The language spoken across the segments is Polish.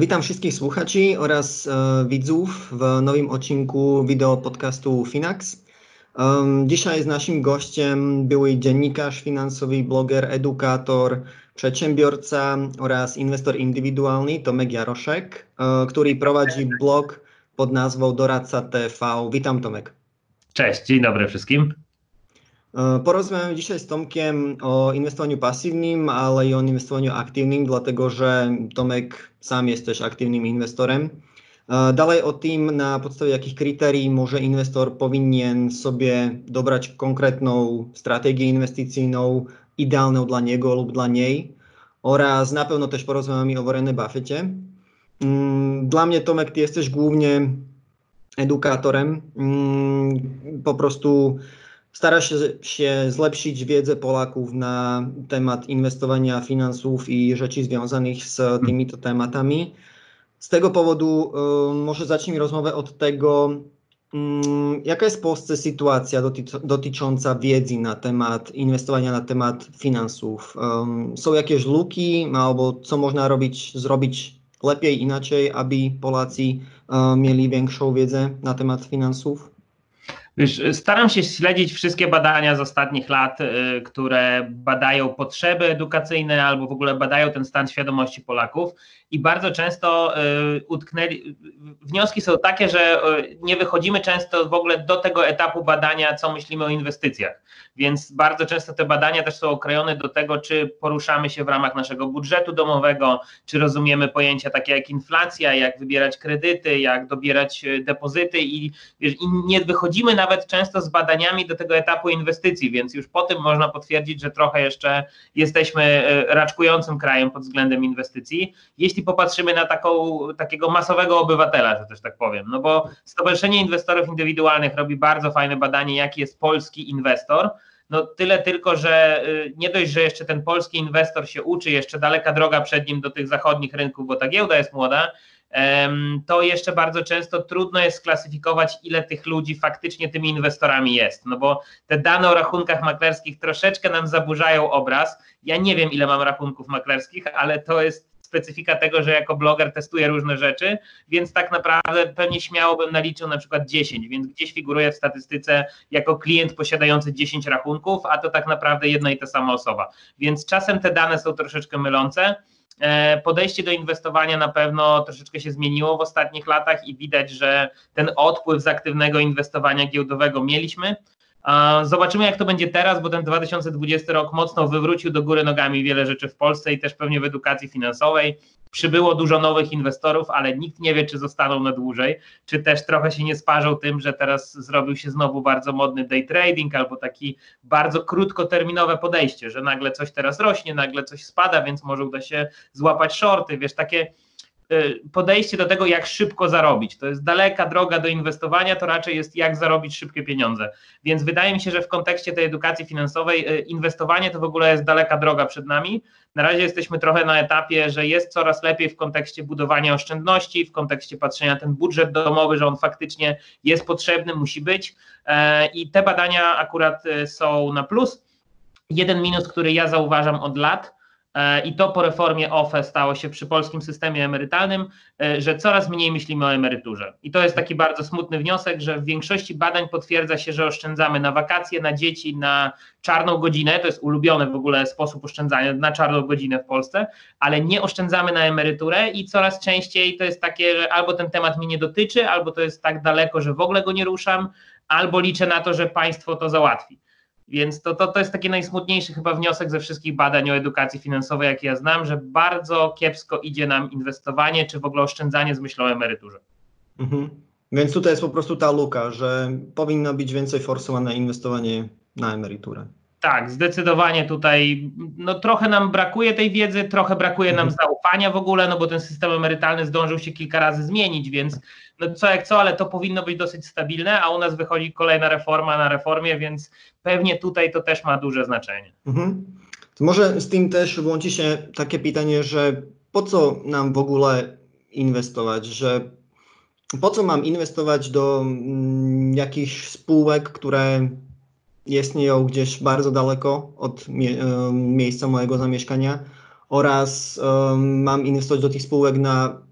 Witam wszystkich słuchaczy oraz widzów w nowym odcinku wideo podcastu Finax. Dzisiaj z naszym gościem były dziennikarz finansowy, bloger, edukator, przedsiębiorca oraz inwestor indywidualny Tomek Jaroszek, który prowadzi blog pod nazwą Doradca TV. Witam, Tomek. Cześć, dzień dobry wszystkim. Porozmawiamy dzisiaj z Tomkiem o inwestowaniu pasywnym, ale i o inwestowaniu aktywnym, dlatego że Tomek sam jest też aktywnym inwestorem. Dalej o tym, na podstawie jakich kryterii może inwestor powinien sobie dobrać konkretną strategię inwestycyjną, idealną dla niego lub dla niej. Oraz na pewno też porozmawiamy o Warrenie Buffetcie. Dla mnie, Tomek, ty jesteś głównie edukatorem. Po prostu stara się zlepszyć wiedzę Polaków na temat inwestowania finansów i rzeczy związanych z tymi tematami. Z tego powodu może zacznijmy rozmowę od tego, jaka jest w Polsce sytuacja dotycząca wiedzy na temat inwestowania, na temat finansów. Są jakieś luki, albo co można zrobić lepiej, inaczej, aby Polacy mieli większą wiedzę na temat finansów? Wiesz, staram się śledzić wszystkie badania z ostatnich lat, które badają potrzeby edukacyjne albo w ogóle badają ten stan świadomości Polaków i bardzo często wnioski są takie, że nie wychodzimy często w ogóle do tego etapu badania, co myślimy o inwestycjach, więc bardzo często te badania też są okrojone do tego, czy poruszamy się w ramach naszego budżetu domowego, czy rozumiemy pojęcia takie jak inflacja, jak wybierać kredyty, jak dobierać depozyty i nie wychodzimy nawet często z badaniami do tego etapu inwestycji, więc już po tym można potwierdzić, że trochę jeszcze jesteśmy raczkującym krajem pod względem inwestycji, jeśli popatrzymy na takiego masowego obywatela, że też tak powiem, no bo Stowarzyszenie Inwestorów Indywidualnych robi bardzo fajne badanie, jaki jest polski inwestor. No tyle tylko, że nie dość, że jeszcze ten polski inwestor się uczy, jeszcze daleka droga przed nim do tych zachodnich rynków, bo ta giełda jest młoda, to jeszcze bardzo często trudno jest sklasyfikować, ile tych ludzi faktycznie tymi inwestorami jest, no bo te dane o rachunkach maklerskich troszeczkę nam zaburzają obraz. Ja nie wiem, ile mam rachunków maklerskich, ale to jest specyfika tego, że jako bloger testuję różne rzeczy, więc tak naprawdę pewnie śmiało bym naliczył na przykład 10, więc gdzieś figuruję w statystyce jako klient posiadający 10 rachunków, a to tak naprawdę jedna i ta sama osoba, więc czasem te dane są troszeczkę mylące. Podejście do inwestowania na pewno troszeczkę się zmieniło w ostatnich latach i widać, że ten odpływ z aktywnego inwestowania giełdowego mieliśmy. Zobaczymy, jak to będzie teraz, bo ten 2020 rok mocno wywrócił do góry nogami wiele rzeczy w Polsce i też pewnie w edukacji finansowej. Przybyło dużo nowych inwestorów, ale nikt nie wie, czy zostaną na dłużej, czy też trochę się nie sparzą tym, że teraz zrobił się znowu bardzo modny day trading albo taki bardzo krótkoterminowe podejście, że nagle coś teraz rośnie, nagle coś spada, więc może uda się złapać shorty, wiesz, takie podejście do tego, jak szybko zarobić. To jest daleka droga do inwestowania, to raczej jest jak zarobić szybkie pieniądze. Więc wydaje mi się, że w kontekście tej edukacji finansowej inwestowanie to w ogóle jest daleka droga przed nami. Na razie jesteśmy trochę na etapie, że jest coraz lepiej w kontekście budowania oszczędności, w kontekście patrzenia na ten budżet domowy, że on faktycznie jest potrzebny, musi być i te badania akurat są na plus. Jeden minus, który ja zauważam od lat, i to po reformie OFE stało się przy polskim systemie emerytalnym, że coraz mniej myślimy o emeryturze. I to jest taki bardzo smutny wniosek, że w większości badań potwierdza się, że oszczędzamy na wakacje, na dzieci, na czarną godzinę, to jest ulubiony w ogóle sposób oszczędzania na czarną godzinę w Polsce, ale nie oszczędzamy na emeryturę i coraz częściej to jest takie, że albo ten temat mnie nie dotyczy, albo to jest tak daleko, że w ogóle go nie ruszam, albo liczę na to, że państwo to załatwi. Więc to jest taki najsmutniejszy chyba wniosek ze wszystkich badań o edukacji finansowej, jakie ja znam, że bardzo kiepsko idzie nam inwestowanie, czy w ogóle oszczędzanie z myślą o emeryturze. Więc tutaj jest po prostu ta luka, że powinno być więcej forsowane inwestowanie na emeryturę. Tak, zdecydowanie tutaj no trochę nam brakuje tej wiedzy, trochę brakuje nam zaufania w ogóle, no bo ten system emerytalny zdążył się kilka razy zmienić, więc no co jak co, ale to powinno być dosyć stabilne, a u nas wychodzi kolejna reforma na reformie, więc pewnie tutaj to też ma duże znaczenie. To może z tym też łączy się takie pytanie, że po co nam w ogóle inwestować, że po co mam inwestować do jakichś spółek, które istnieją gdzieś bardzo daleko od miejsca mojego zamieszkania oraz mam inwestować do tych spółek na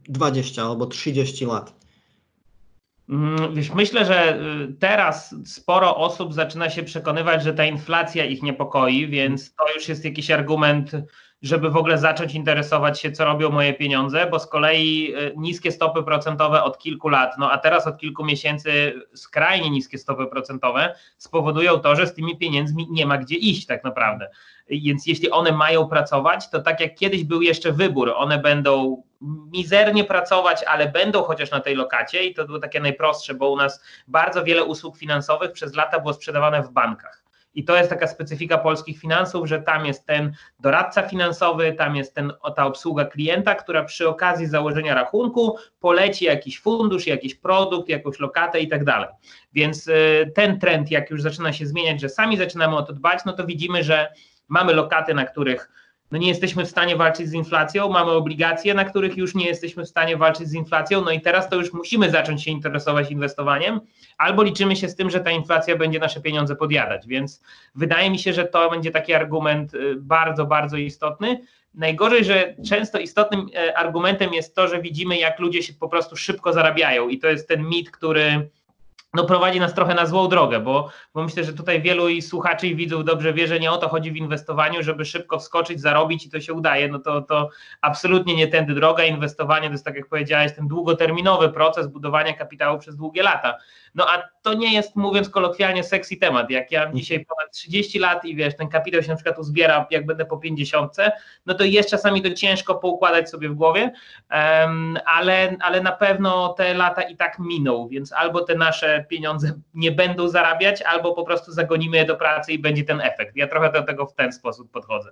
20 albo 30 lat? Wiesz, myślę, że teraz sporo osób zaczyna się przekonywać, że ta inflacja ich niepokoi, więc to już jest jakiś argument, żeby w ogóle zacząć interesować się, co robią moje pieniądze, bo z kolei niskie stopy procentowe od kilku lat, no a teraz od kilku miesięcy skrajnie niskie stopy procentowe spowodują to, że z tymi pieniędzmi nie ma gdzie iść tak naprawdę. Więc jeśli one mają pracować, to tak jak kiedyś był jeszcze wybór, one będą mizernie pracować, ale będą chociaż na tej lokacie i to było takie najprostsze, bo u nas bardzo wiele usług finansowych przez lata było sprzedawane w bankach. I to jest taka specyfika polskich finansów, że tam jest ten doradca finansowy, tam jest ta obsługa klienta, która przy okazji założenia rachunku poleci jakiś fundusz, jakiś produkt, jakąś lokatę i tak dalej. Więc ten trend, jak już zaczyna się zmieniać, że sami zaczynamy o to dbać, no to widzimy, że mamy lokaty, na których no nie jesteśmy w stanie walczyć z inflacją, mamy obligacje, na których już nie jesteśmy w stanie walczyć z inflacją, no i teraz to już musimy zacząć się interesować inwestowaniem, albo liczymy się z tym, że ta inflacja będzie nasze pieniądze podjadać, więc wydaje mi się, że to będzie taki argument bardzo, bardzo istotny. Najgorzej, że często istotnym argumentem jest to, że widzimy, jak ludzie się po prostu szybko zarabiają i to jest ten mit, który no prowadzi nas trochę na złą drogę, bo myślę, że tutaj wielu i słuchaczy i widzów dobrze wie, że nie o to chodzi w inwestowaniu, żeby szybko wskoczyć, zarobić i to się udaje, no to absolutnie nie tędy droga. Inwestowanie to jest, tak jak powiedziałeś, ten długoterminowy proces budowania kapitału przez długie lata. No a to nie jest, mówiąc kolokwialnie, sexy temat. Jak ja mam dzisiaj ponad 30 lat i wiesz, ten kapitał się na przykład uzbiera, jak będę po 50, no to jest czasami to ciężko poukładać sobie w głowie, ale na pewno te lata i tak miną, więc albo te nasze pieniądze nie będą zarabiać, albo po prostu zagonimy je do pracy i będzie ten efekt. Ja trochę do tego w ten sposób podchodzę.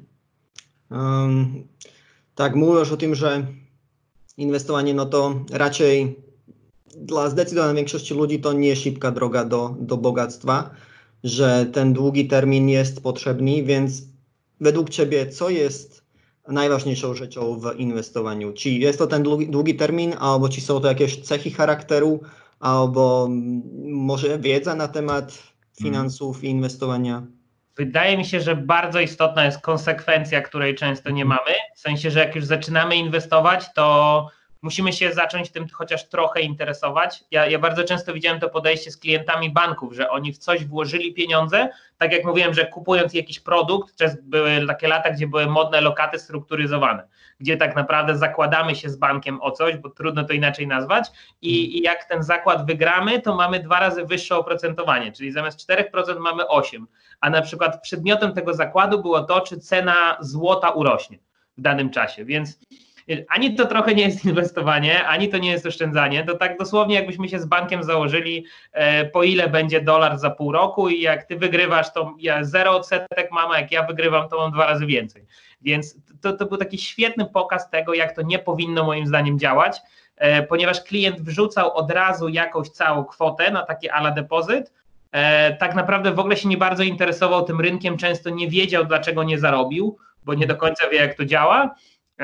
Tak, mówisz o tym, że inwestowanie, no to raczej dla zdecydowanej większości ludzi to nie szybka droga do bogactwa, że ten długi termin jest potrzebny, więc według Ciebie co jest najważniejszą rzeczą w inwestowaniu? Czy jest to ten długi termin, albo czy są to jakieś cechy charakteru, albo może wiedza na temat finansów i inwestowania? Wydaje mi się, że bardzo istotna jest konsekwencja, której często nie mamy. W sensie, że jak już zaczynamy inwestować, to musimy się zacząć tym chociaż trochę interesować. Ja bardzo często widziałem to podejście z klientami banków, że oni w coś włożyli pieniądze, tak jak mówiłem, że kupując jakiś produkt, były takie lata, gdzie były modne lokaty strukturyzowane, gdzie tak naprawdę zakładamy się z bankiem o coś, bo trudno to inaczej nazwać i jak ten zakład wygramy, to mamy 2 razy wyższe oprocentowanie, czyli zamiast 4% mamy 8%, a na przykład przedmiotem tego zakładu było to, czy cena złota urośnie w danym czasie, więc ani to trochę nie jest inwestowanie, ani to nie jest oszczędzanie, to tak dosłownie jakbyśmy się z bankiem założyli, po ile będzie dolar za pół roku i jak ty wygrywasz, to ja 0 odsetek mam, a jak ja wygrywam, to mam 2 razy więcej. Więc to był taki świetny pokaz tego, jak to nie powinno moim zdaniem działać, ponieważ klient wrzucał od razu jakąś całą kwotę na takie a la depozyt, tak naprawdę w ogóle się nie bardzo interesował tym rynkiem, często nie wiedział, dlaczego nie zarobił, bo nie do końca wie, jak to działa.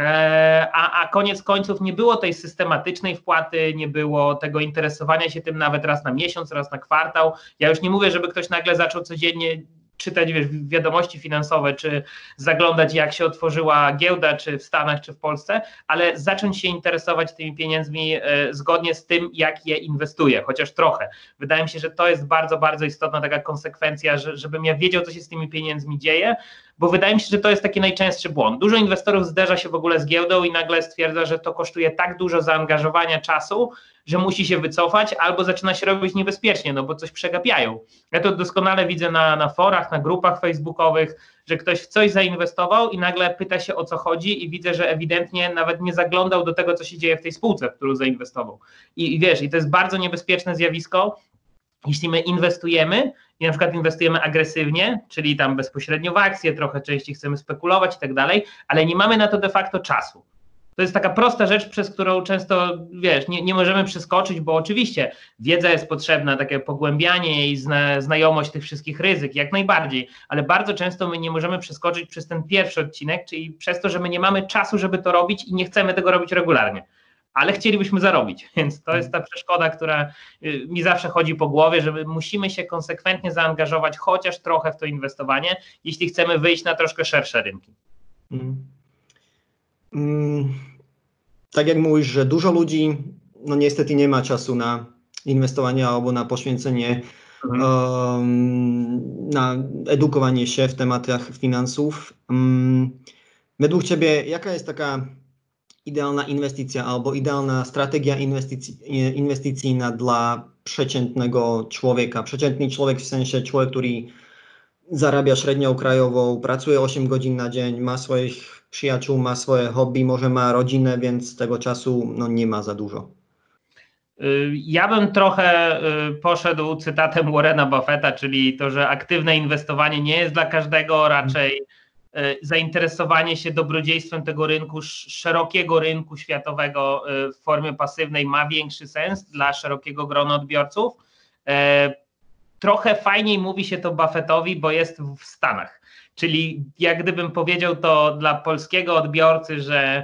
A koniec końców nie było tej systematycznej wpłaty, nie było tego interesowania się tym nawet raz na miesiąc, raz na kwartał. Ja już nie mówię, żeby ktoś nagle zaczął codziennie czytać wiadomości finansowe, czy zaglądać, jak się otworzyła giełda, czy w Stanach, czy w Polsce, ale zacząć się interesować tymi pieniędzmi zgodnie z tym, jak je inwestuje, chociaż trochę. Wydaje mi się, że to jest bardzo, bardzo istotna taka konsekwencja, żebym ja wiedział, co się z tymi pieniędzmi dzieje, bo wydaje mi się, że to jest taki najczęstszy błąd. Dużo inwestorów zderza się w ogóle z giełdą i nagle stwierdza, że to kosztuje tak dużo zaangażowania czasu, że musi się wycofać, albo zaczyna się robić niebezpiecznie, no bo coś przegapiają. Ja to doskonale widzę na forach, na grupach facebookowych, że ktoś w coś zainwestował i nagle pyta się, o co chodzi i widzę, że ewidentnie nawet nie zaglądał do tego, co się dzieje w tej spółce, w którą zainwestował. I wiesz, i to jest bardzo niebezpieczne zjawisko, jeśli my inwestujemy i na przykład inwestujemy agresywnie, czyli tam bezpośrednio w akcje, trochę częściej chcemy spekulować i tak dalej, ale nie mamy na to de facto czasu. To jest taka prosta rzecz, przez którą często, wiesz, nie możemy przeskoczyć, bo oczywiście wiedza jest potrzebna, takie pogłębianie i znajomość tych wszystkich ryzyk, jak najbardziej, ale bardzo często my nie możemy przeskoczyć przez ten pierwszy odcinek, czyli przez to, że my nie mamy czasu, żeby to robić i nie chcemy tego robić regularnie, ale chcielibyśmy zarobić, więc to jest ta przeszkoda, która mi zawsze chodzi po głowie, że my musimy się konsekwentnie zaangażować chociaż trochę w to inwestowanie, jeśli chcemy wyjść na troszkę szersze rynki. tak jak mówisz, że dużo ludzi no niestety nie ma czasu na inwestowanie albo na poświęcenie, na edukowanie się w tematach finansów. Według Ciebie jaka jest taka idealna inwestycja albo idealna strategia inwestycyjna dla przeciętnego człowieka? Przeciętny człowiek w sensie człowiek, który zarabia średnią krajową, pracuje 8 godzin na dzień, ma swoich przyjaciół, ma swoje hobby, może ma rodzinę, więc tego czasu no, nie ma za dużo. Ja bym trochę poszedł cytatem Warrena Buffetta, czyli to, że aktywne inwestowanie nie jest dla każdego, raczej zainteresowanie się dobrodziejstwem tego rynku, szerokiego rynku światowego w formie pasywnej ma większy sens dla szerokiego grona odbiorców. Trochę fajniej mówi się to Buffettowi, bo jest w Stanach. Czyli jak gdybym powiedział to dla polskiego odbiorcy, że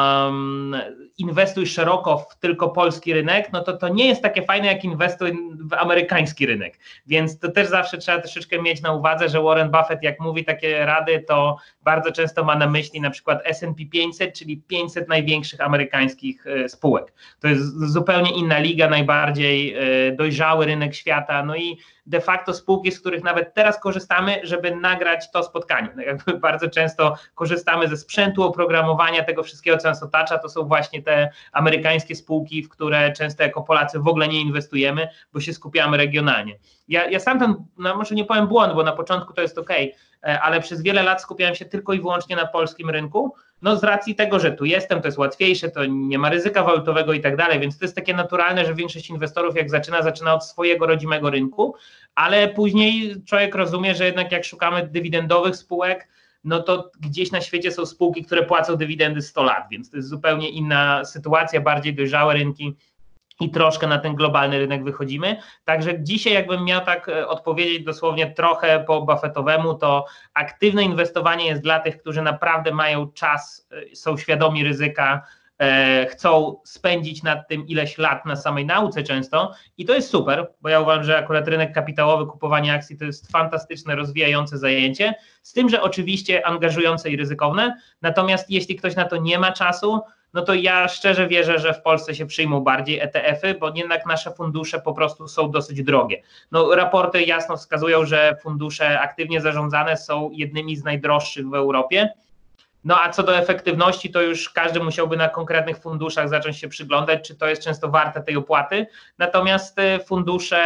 inwestuj szeroko w tylko polski rynek, no to nie jest takie fajne jak inwestuj w amerykański rynek. Więc to też zawsze trzeba troszeczkę mieć na uwadze, że Warren Buffett jak mówi takie rady, to bardzo często ma na myśli na przykład S&P 500, czyli 500 największych amerykańskich spółek. To jest zupełnie inna liga, najbardziej dojrzały rynek świata, no i de facto spółki, z których nawet teraz korzystamy, żeby nagrać to spotkanie. No jakby bardzo często korzystamy ze sprzętu, oprogramowania, tego wszystkiego, co nas otacza, to są właśnie te amerykańskie spółki, w które często jako Polacy w ogóle nie inwestujemy, bo się skupiamy regionalnie. Ja sam ten, no może nie powiem błąd, bo na początku to jest okej, ale przez wiele lat skupiałem się tylko i wyłącznie na polskim rynku, no z racji tego, że tu jestem, to jest łatwiejsze, to nie ma ryzyka walutowego i tak dalej, więc to jest takie naturalne, że większość inwestorów jak zaczyna od swojego rodzimego rynku, ale później człowiek rozumie, że jednak jak szukamy dywidendowych spółek, no to gdzieś na świecie są spółki, które płacą dywidendy 100 lat, więc to jest zupełnie inna sytuacja, bardziej dojrzałe rynki i troszkę na ten globalny rynek wychodzimy. Także dzisiaj jakbym miał tak odpowiedzieć dosłownie trochę po Buffettowemu, to aktywne inwestowanie jest dla tych, którzy naprawdę mają czas, są świadomi ryzyka, chcą spędzić nad tym ileś lat na samej nauce często i to jest super, bo ja uważam, że akurat rynek kapitałowy, kupowanie akcji to jest fantastyczne, rozwijające zajęcie, z tym, że oczywiście angażujące i ryzykowne, natomiast jeśli ktoś na to nie ma czasu, no to ja szczerze wierzę, że w Polsce się przyjmą bardziej ETF-y, bo jednak nasze fundusze po prostu są dosyć drogie. No, raporty jasno wskazują, że fundusze aktywnie zarządzane są jednymi z najdroższych w Europie. No a co do efektywności, to już każdy musiałby na konkretnych funduszach zacząć się przyglądać, czy to jest często warte tej opłaty. Natomiast fundusze,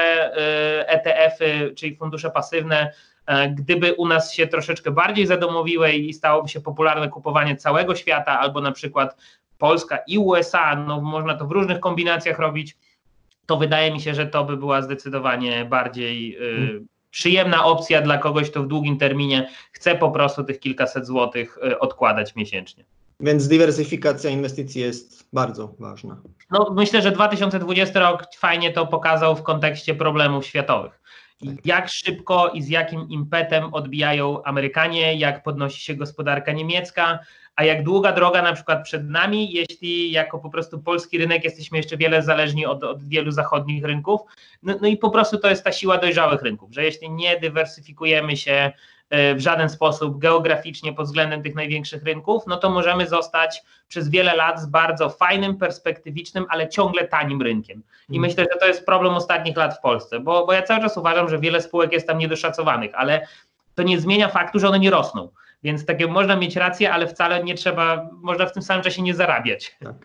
ETF-y, czyli fundusze pasywne, gdyby u nas się troszeczkę bardziej zadomowiły i stałoby się popularne kupowanie całego świata, albo na przykład Polska i USA, no można to w różnych kombinacjach robić, to wydaje mi się, że to by była zdecydowanie bardziej przyjemna opcja dla kogoś, kto w długim terminie chce po prostu tych kilkaset złotych odkładać miesięcznie. Więc dywersyfikacja inwestycji jest bardzo ważna. No myślę, że 2020 rok fajnie to pokazał w kontekście problemów światowych. Jak szybko i z jakim impetem odbijają Amerykanie, jak podnosi się gospodarka niemiecka, a jak długa droga na przykład przed nami, jeśli jako po prostu polski rynek jesteśmy jeszcze wiele zależni od wielu zachodnich rynków. No i po prostu to jest ta siła dojrzałych rynków, że jeśli nie dywersyfikujemy się w żaden sposób geograficznie pod względem tych największych rynków, no to możemy zostać przez wiele lat z bardzo fajnym, perspektywicznym, ale ciągle tanim rynkiem. I myślę, że to jest problem ostatnich lat w Polsce, bo ja cały czas uważam, że wiele spółek jest tam niedoszacowanych, ale to nie zmienia faktu, że one nie rosną. Więc takie można mieć rację, ale wcale nie trzeba, można w tym samym czasie nie zarabiać. Tak.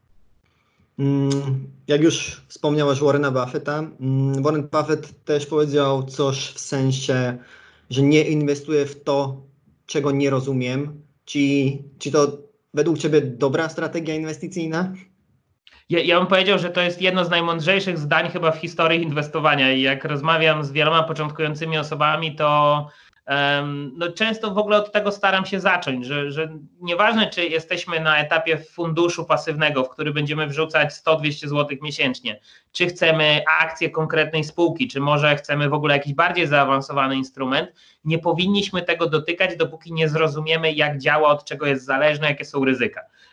Jak już wspomniałeś Warrena Buffetta, Warren Buffett też powiedział coś w sensie, że nie inwestuje w to, czego nie rozumiem. Czy to według Ciebie dobra strategia inwestycyjna? Ja bym powiedział, że to jest jedno z najmądrzejszych zdań chyba w historii inwestowania i jak rozmawiam z wieloma początkującymi osobami, to no często w ogóle od tego staram się zacząć, że nieważne czy jesteśmy na etapie funduszu pasywnego, w który będziemy wrzucać 100-200 zł miesięcznie, czy chcemy akcje konkretnej spółki, czy może chcemy w ogóle jakiś bardziej zaawansowany instrument, nie powinniśmy tego dotykać, dopóki nie zrozumiemy jak działa, od czego jest zależne, jakie są ryzyka.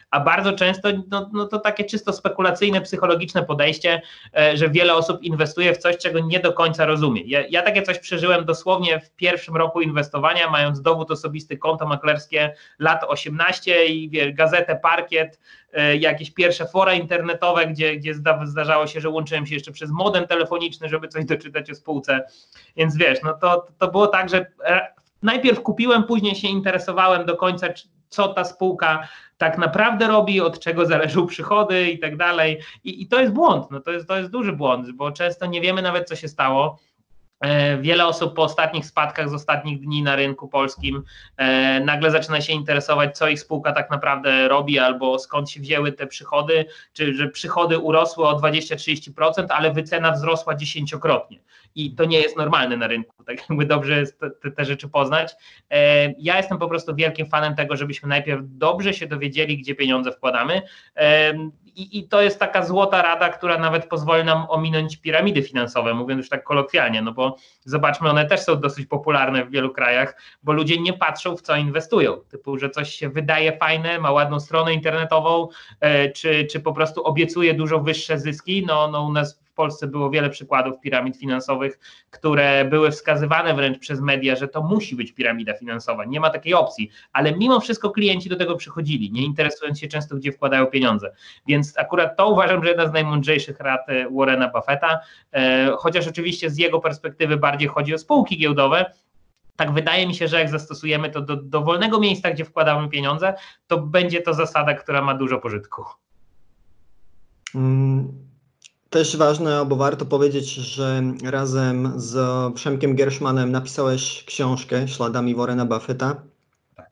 a bardzo często no to takie czysto spekulacyjne, psychologiczne podejście, że wiele osób inwestuje w coś, czego nie do końca rozumie. Ja takie coś przeżyłem dosłownie w pierwszym roku inwestowania, mając dowód osobisty, konto maklerskie lat 18 i gazetę Parkiet, jakieś pierwsze fora internetowe, gdzie zdarzało się, że łączyłem się jeszcze przez modem telefoniczny, żeby coś doczytać o spółce, więc wiesz, no to było tak, że najpierw kupiłem, później się interesowałem do końca, co ta spółka tak naprawdę robi, od czego zależą przychody i tak dalej. I to jest błąd, no to jest duży błąd, bo często nie wiemy nawet, co się stało. Wiele osób po ostatnich spadkach z ostatnich dni na rynku polskim nagle zaczyna się interesować, co ich spółka tak naprawdę robi, albo skąd się wzięły te przychody, czy że przychody urosły o 20-30%, ale wycena wzrosła 10-krotnie. I to nie jest normalne na rynku, tak jakby dobrze jest te rzeczy poznać. Ja jestem po prostu wielkim fanem tego, żebyśmy najpierw dobrze się dowiedzieli, gdzie pieniądze wkładamy. I to jest taka złota rada, która nawet pozwoli nam ominąć piramidy finansowe, mówiąc już tak kolokwialnie, no bo zobaczmy, one też są dosyć popularne w wielu krajach, bo ludzie nie patrzą, w co inwestują, typu, że coś się wydaje fajne, ma ładną stronę internetową, czy po prostu obiecuje dużo wyższe zyski. No u nas w Polsce było wiele przykładów piramid finansowych, które były wskazywane wręcz przez media, że to musi być piramida finansowa, nie ma takiej opcji, ale mimo wszystko klienci do tego przychodzili, nie interesując się często, gdzie wkładają pieniądze. Więc akurat to uważam, że jedna z najmądrzejszych rad Warrena Buffetta, chociaż oczywiście z jego perspektywy bardziej chodzi o spółki giełdowe. Tak wydaje mi się, że jak zastosujemy to do dowolnego miejsca, gdzie wkładamy pieniądze, to będzie to zasada, która ma dużo pożytku. Też ważne, albo warto powiedzieć, że razem z Przemkiem Gerszmanem napisałeś książkę Śladami Warrena Buffetta. Tak.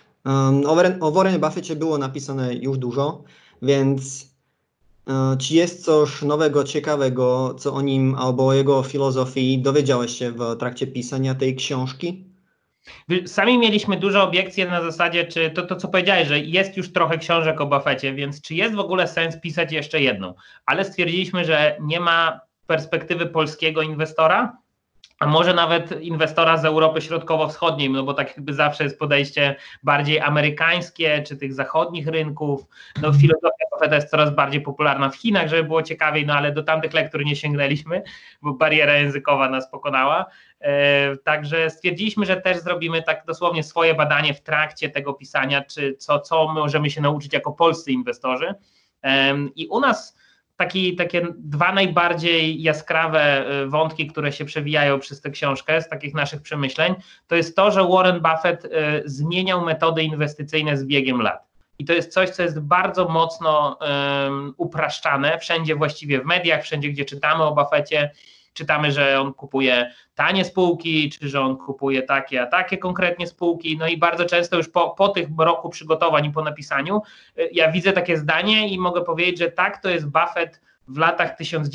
O Warrenie Buffetcie było napisane już dużo, więc czy jest coś nowego, ciekawego, co o nim albo o jego filozofii dowiedziałeś się w trakcie pisania tej książki? Sami mieliśmy duże obiekcje na zasadzie, czy to co powiedziałeś, że jest już trochę książek o Buffetcie, więc czy jest w ogóle sens pisać jeszcze jedną? Ale stwierdziliśmy, że nie ma perspektywy polskiego inwestora, a może nawet inwestora z Europy Środkowo-Wschodniej, no bo tak jakby zawsze jest podejście bardziej amerykańskie, czy tych zachodnich rynków. No filozofia Buffetta jest coraz bardziej popularna w Chinach, żeby było ciekawiej, no ale do tamtych lektur nie sięgnęliśmy, bo bariera językowa nas pokonała. Także stwierdziliśmy, że też zrobimy tak dosłownie swoje badanie w trakcie tego pisania, czy co możemy się nauczyć jako polscy inwestorzy. I u nas takie dwa najbardziej jaskrawe wątki, które się przewijają przez tę książkę z takich naszych przemyśleń, to jest to, że Warren Buffett zmieniał metody inwestycyjne z biegiem lat. I to jest coś, co jest bardzo mocno upraszczane wszędzie właściwie w mediach, wszędzie gdzie czytamy o Buffetcie. Czytamy, że on kupuje tanie spółki, czy że on kupuje takie, a takie konkretnie spółki. No i bardzo często już po tych roku przygotowań i po napisaniu ja widzę takie zdanie i mogę powiedzieć, że tak, to jest Buffett w latach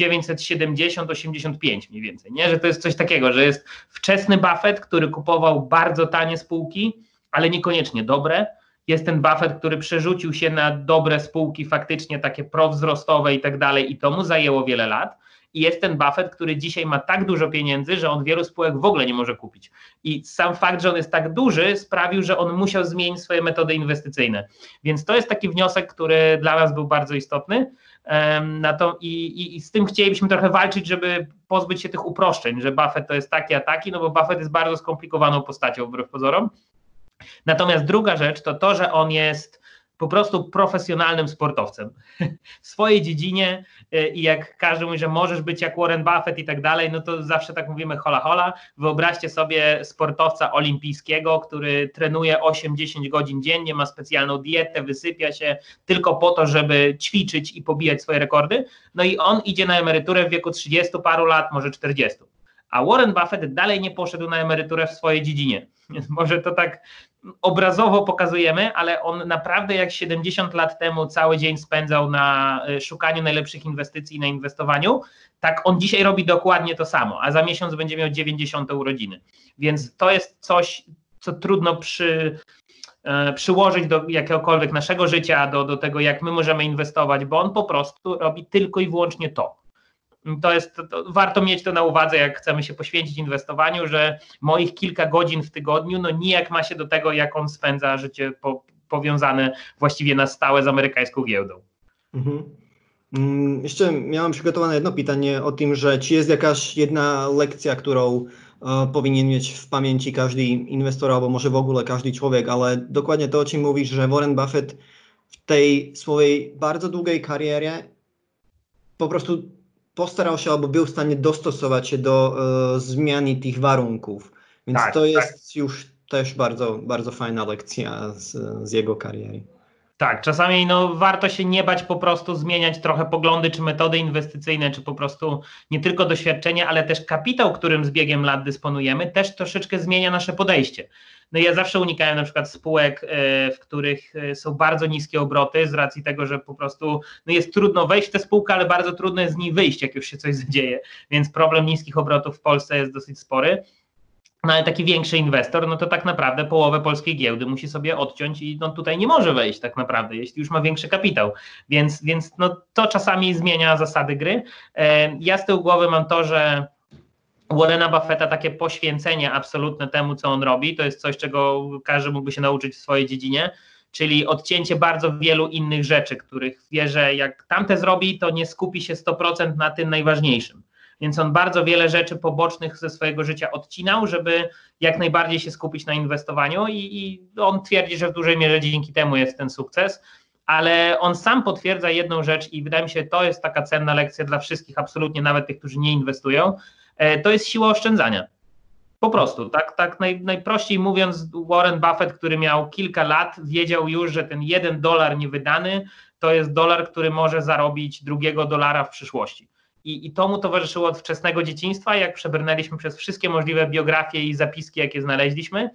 1970-85 mniej więcej, nie? Że to jest coś takiego, że jest wczesny Buffett, który kupował bardzo tanie spółki, ale niekoniecznie dobre. Jest ten Buffett, który przerzucił się na dobre spółki, faktycznie takie prowzrostowe i tak dalej, i to mu zajęło wiele lat. I jest ten Buffett, który dzisiaj ma tak dużo pieniędzy, że on wielu spółek w ogóle nie może kupić. I sam fakt, że on jest tak duży, sprawił, że on musiał zmienić swoje metody inwestycyjne. Więc to jest taki wniosek, który dla nas był bardzo istotny. I z tym chcielibyśmy trochę walczyć, żeby pozbyć się tych uproszczeń, że Buffett to jest taki, a taki, no bo Buffett jest bardzo skomplikowaną postacią wbrew pozorom. Natomiast druga rzecz to to, że on jest po prostu profesjonalnym sportowcem w swojej dziedzinie i jak każdy mówi, że możesz być jak Warren Buffett i tak dalej, no to zawsze tak mówimy hola hola. Wyobraźcie sobie sportowca olimpijskiego, który trenuje 8-10 godzin dziennie, ma specjalną dietę, wysypia się tylko po to, żeby ćwiczyć i pobijać swoje rekordy, no i on idzie na emeryturę w wieku 30 paru lat, może 40. A Warren Buffett dalej nie poszedł na emeryturę w swojej dziedzinie. Może to tak obrazowo pokazujemy, ale on naprawdę jak 70 lat temu cały dzień spędzał na szukaniu najlepszych inwestycji i na inwestowaniu, tak on dzisiaj robi dokładnie to samo, a za miesiąc będzie miał 90 urodziny. Więc to jest coś, co trudno przyłożyć do jakiegokolwiek naszego życia, do tego, jak my możemy inwestować, bo on po prostu robi tylko i wyłącznie to. Warto mieć to na uwadze, jak chcemy się poświęcić inwestowaniu, że moich kilka godzin w tygodniu no nijak ma się do tego, jak on spędza życie powiązane właściwie na stałe z amerykańską giełdą. Jeszcze miałem przygotowane jedno pytanie o tym, że czy jest jakaś jedna lekcja, którą powinien mieć w pamięci każdy inwestor, albo może w ogóle każdy człowiek, ale dokładnie to, o czym mówisz, że Warren Buffett w tej swojej bardzo długiej karierze po prostu postarał się albo był w stanie dostosować się do zmiany tych warunków. Więc to jest już też bardzo, bardzo fajna lekcja z jego kariery. Tak, czasami warto się nie bać po prostu zmieniać trochę poglądy czy metody inwestycyjne, czy po prostu nie tylko doświadczenie, ale też kapitał, którym z biegiem lat dysponujemy, też troszeczkę zmienia nasze podejście. Ja zawsze unikałem na przykład spółek, w których są bardzo niskie obroty z racji tego, że po prostu jest trudno wejść w tę spółkę, ale bardzo trudno jest z niej wyjść, jak już się coś zadzieje, więc problem niskich obrotów w Polsce jest dosyć spory. No ale taki większy inwestor, to tak naprawdę połowę polskiej giełdy musi sobie odciąć i tutaj nie może wejść tak naprawdę, jeśli już ma większy kapitał. Więc to czasami zmienia zasady gry. Ja z tyłu głowy mam to, że Warrena Buffetta takie poświęcenie absolutne temu, co on robi, to jest coś, czego każdy mógłby się nauczyć w swojej dziedzinie, czyli odcięcie bardzo wielu innych rzeczy, których wie, że jak tamte zrobi, to nie skupi się 100% na tym najważniejszym. Więc on bardzo wiele rzeczy pobocznych ze swojego życia odcinał, żeby jak najbardziej się skupić na inwestowaniu i on twierdzi, że w dużej mierze dzięki temu jest ten sukces, ale on sam potwierdza jedną rzecz i wydaje mi się, to jest taka cenna lekcja dla wszystkich, absolutnie nawet tych, którzy nie inwestują, to jest siła oszczędzania. Po prostu, tak najprościej mówiąc, Warren Buffett, który miał kilka lat, wiedział już, że ten $1 niewydany to jest dolar, który może zarobić $2 w przyszłości. I to mu towarzyszyło od wczesnego dzieciństwa. Jak przebrnęliśmy przez wszystkie możliwe biografie i zapiski, jakie znaleźliśmy,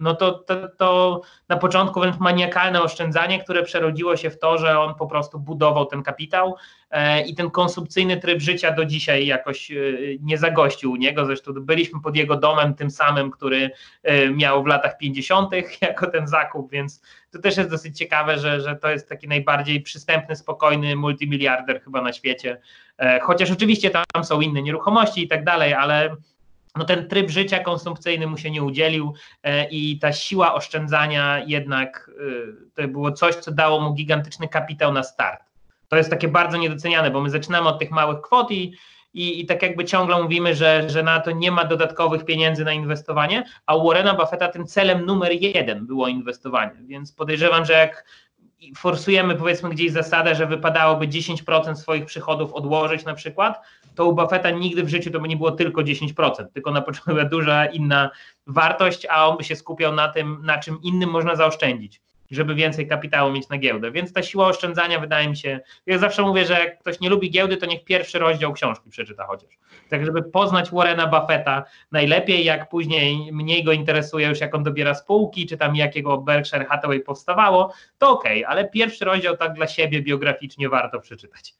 to na początku wręcz maniakalne oszczędzanie, które przerodziło się w to, że on po prostu budował ten kapitał i ten konsumpcyjny tryb życia do dzisiaj jakoś nie zagościł u niego. Zresztą byliśmy pod jego domem, tym samym, który miał w latach 50. jako ten zakup, więc to też jest dosyć ciekawe, że to jest taki najbardziej przystępny, spokojny multimiliarder chyba na świecie. Chociaż oczywiście tam są inne nieruchomości i tak dalej, ale ten tryb życia konsumpcyjny mu się nie udzielił i ta siła oszczędzania jednak to było coś, co dało mu gigantyczny kapitał na start. To jest takie bardzo niedoceniane, bo my zaczynamy od tych małych kwot i tak jakby ciągle mówimy, że na to nie ma dodatkowych pieniędzy na inwestowanie, a u Warrena Buffetta tym celem numer 1 było inwestowanie, więc podejrzewam, że jak forsujemy powiedzmy gdzieś zasadę, że wypadałoby 10% swoich przychodów odłożyć na przykład, to u Buffetta nigdy w życiu to by nie było tylko 10%, tylko na początku była duża inna wartość, a on by się skupiał na tym, na czym innym można zaoszczędzić, żeby więcej kapitału mieć na giełdę. Więc ta siła oszczędzania wydaje mi się, ja zawsze mówię, że jak ktoś nie lubi giełdy, to niech pierwszy rozdział książki przeczyta chociaż. Tak, żeby poznać Warrena Buffetta najlepiej, jak później mniej go interesuje już jak on dobiera spółki, czy tam jakiego Berkshire Hathaway powstawało, to okej, ale pierwszy rozdział tak dla siebie biograficznie warto przeczytać.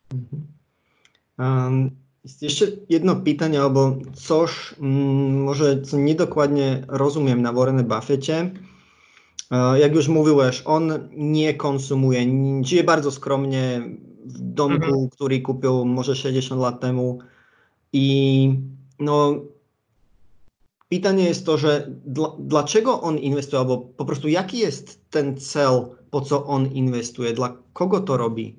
Jest jeszcze jedno pytanie, albo coś, może co niedokładnie rozumiem na Warrenie Buffetcie. Jak już mówiłeś, on nie konsumuje, żyje bardzo skromnie w domku, który kupił może 60 lat temu i pytanie jest to, że dlaczego on inwestuje, albo po prostu jaki jest ten cel, po co on inwestuje, dla kogo to robi?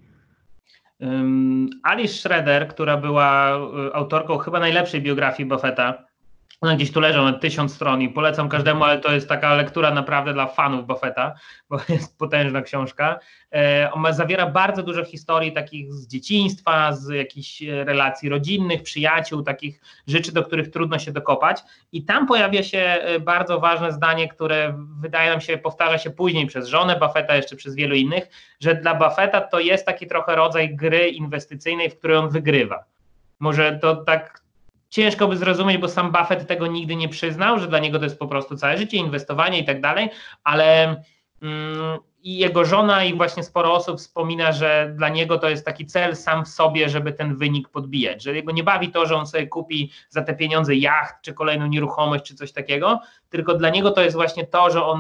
Alice Schroeder, która była autorką chyba najlepszej biografii Buffetta, one gdzieś tu leżą na 1000 stron i polecam każdemu, ale to jest taka lektura naprawdę dla fanów Buffetta, bo jest potężna książka. Ona zawiera bardzo dużo historii takich z dzieciństwa, z jakichś relacji rodzinnych, przyjaciół, takich rzeczy, do których trudno się dokopać i tam pojawia się bardzo ważne zdanie, które wydaje nam się, powtarza się później przez żonę Buffetta, jeszcze przez wielu innych, że dla Buffetta to jest taki trochę rodzaj gry inwestycyjnej, w której on wygrywa. Może to tak ciężko by zrozumieć, bo sam Buffett tego nigdy nie przyznał, że dla niego to jest po prostu całe życie, inwestowanie i tak dalej, ale i jego żona i właśnie sporo osób wspomina, że dla niego to jest taki cel sam w sobie, żeby ten wynik podbijać, że jego nie bawi to, że on sobie kupi za te pieniądze jacht, czy kolejną nieruchomość, czy coś takiego, tylko dla niego to jest właśnie to, że on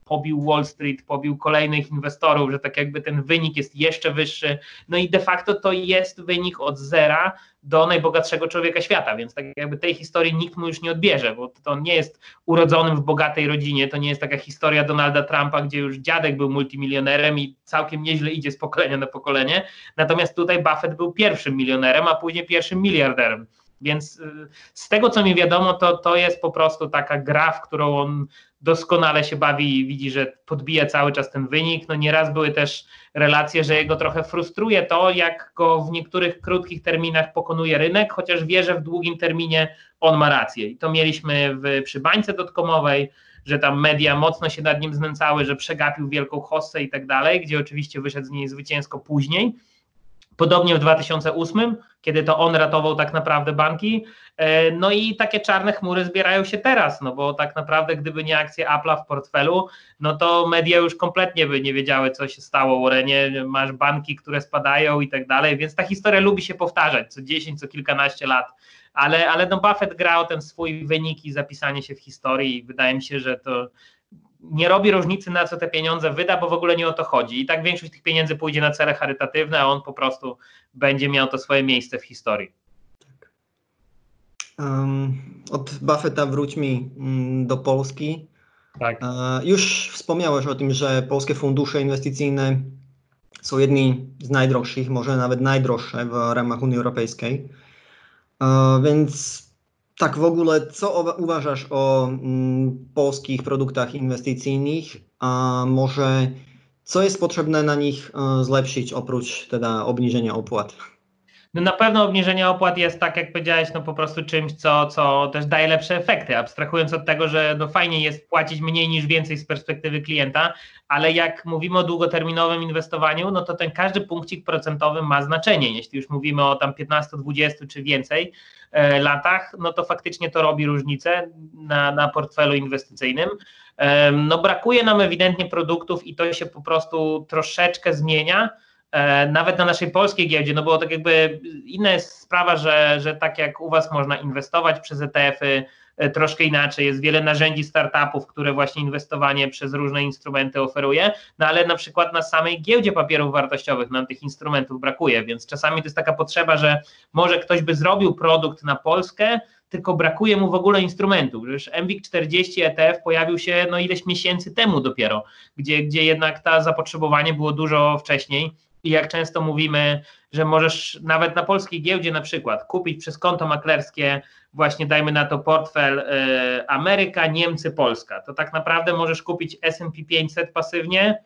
pobił Wall Street, pobił kolejnych inwestorów, że tak jakby ten wynik jest jeszcze wyższy. No i de facto to jest wynik od zera do najbogatszego człowieka świata, więc tak jakby tej historii nikt mu już nie odbierze, bo to nie jest urodzonym w bogatej rodzinie, to nie jest taka historia Donalda Trumpa, gdzie już dziadek był multimilionerem i całkiem nieźle idzie z pokolenia na pokolenie, natomiast tutaj Buffett był pierwszym milionerem, a później pierwszym miliarderem. Więc z tego, co mi wiadomo, to jest po prostu taka gra, w którą on doskonale się bawi i widzi, że podbija cały czas ten wynik. No nieraz były też relacje, że jego trochę frustruje to, jak go w niektórych krótkich terminach pokonuje rynek, chociaż wie, że w długim terminie on ma rację. I to mieliśmy przy bańce dotcomowej, że tam media mocno się nad nim znęcały, że przegapił wielką hossę i tak dalej, gdzie oczywiście wyszedł z niej zwycięsko później. Podobnie w 2008, kiedy to on ratował tak naprawdę banki. No i takie czarne chmury zbierają się teraz, no bo tak naprawdę gdyby nie akcje Apple'a w portfelu, no to media już kompletnie by nie wiedziały, co się stało, Warrenie, masz banki, które spadają i tak dalej, więc ta historia lubi się powtarzać co 10, co kilkanaście lat, ale no Buffett gra o ten swój wynik i zapisanie się w historii i wydaje mi się, że to nie robi różnicy, na co te pieniądze wyda, bo w ogóle nie o to chodzi. I tak większość tych pieniędzy pójdzie na cele charytatywne, a on po prostu będzie miał to swoje miejsce w historii. Od Buffetta wróćmy do Polski. Tak. Już wspomniałeś o tym, że polskie fundusze inwestycyjne są jedni z najdroższych, może nawet najdroższe w ramach Unii Europejskiej. Więc tak w ogóle, co uważasz o polskich produktach inwestycyjnych, a może co jest potrzebne na nich zlepszyć oprócz teda obniżenia opłat? No na pewno obniżenie opłat jest, tak jak powiedziałeś, no po prostu czymś, co też daje lepsze efekty, abstrahując od tego, że no fajnie jest płacić mniej niż więcej z perspektywy klienta, ale jak mówimy o długoterminowym inwestowaniu, no to ten każdy punkcik procentowy ma znaczenie. Jeśli już mówimy o tam 15, 20 czy więcej latach, no to faktycznie to robi różnicę na portfelu inwestycyjnym. No brakuje nam ewidentnie produktów i to się po prostu troszeczkę zmienia, nawet na naszej polskiej giełdzie, no bo tak jakby inna jest sprawa, że tak jak u was można inwestować przez ETF-y, troszkę inaczej, jest wiele narzędzi startupów, które właśnie inwestowanie przez różne instrumenty oferuje, no ale na przykład na samej giełdzie papierów wartościowych nam tych instrumentów brakuje, więc czasami to jest taka potrzeba, że może ktoś by zrobił produkt na Polskę, tylko brakuje mu w ogóle instrumentów. Przecież MWIG40 ETF pojawił się no ileś miesięcy temu dopiero, gdzie jednak to zapotrzebowanie było dużo wcześniej. I jak często mówimy, że możesz nawet na polskiej giełdzie na przykład kupić przez konto maklerskie właśnie dajmy na to portfel Ameryka, Niemcy, Polska, to tak naprawdę możesz kupić S&P 500 pasywnie,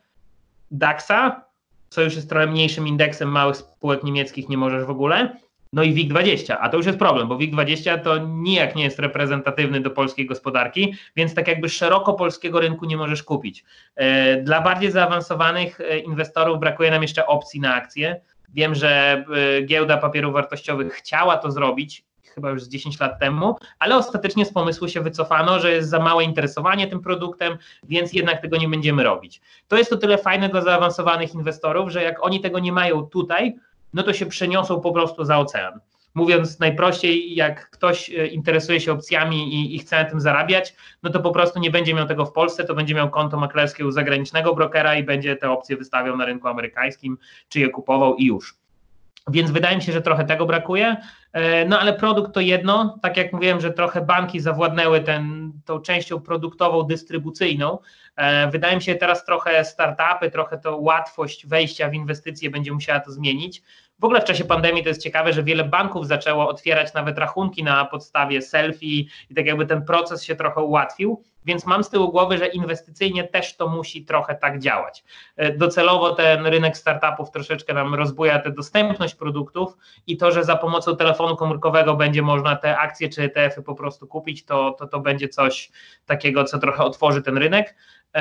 DAX-a, co już jest trochę mniejszym indeksem, małych spółek niemieckich nie możesz w ogóle, no i WIG20, a to już jest problem, bo WIG20 to nijak nie jest reprezentatywny do polskiej gospodarki, więc tak jakby szeroko polskiego rynku nie możesz kupić. Dla bardziej zaawansowanych inwestorów brakuje nam jeszcze opcji na akcje. Wiem, że giełda papierów wartościowych chciała to zrobić, chyba już z 10 lat temu, ale ostatecznie z pomysłu się wycofano, że jest za małe interesowanie tym produktem, więc jednak tego nie będziemy robić. To jest o tyle fajne dla zaawansowanych inwestorów, że jak oni tego nie mają tutaj, no to się przeniosą po prostu za ocean. Mówiąc najprościej, jak ktoś interesuje się opcjami i chce na tym zarabiać, no to po prostu nie będzie miał tego w Polsce, to będzie miał konto maklerskie u zagranicznego brokera i będzie te opcje wystawiał na rynku amerykańskim, czy je kupował i już. Więc wydaje mi się, że trochę tego brakuje, no ale produkt to jedno, tak jak mówiłem, że trochę banki zawładnęły tą częścią produktową, dystrybucyjną. Wydaje mi się, że teraz trochę startupy, trochę to łatwość wejścia w inwestycje będzie musiała to zmienić. W ogóle w czasie pandemii to jest ciekawe, że wiele banków zaczęło otwierać nawet rachunki na podstawie selfie i tak jakby ten proces się trochę ułatwił, więc mam z tyłu głowy, że inwestycyjnie też to musi trochę tak działać. Docelowo ten rynek startupów troszeczkę nam rozbuja tę dostępność produktów i to, że za pomocą telefonu komórkowego będzie można te akcje czy ETF-y po prostu kupić, to będzie coś takiego, co trochę otworzy ten rynek,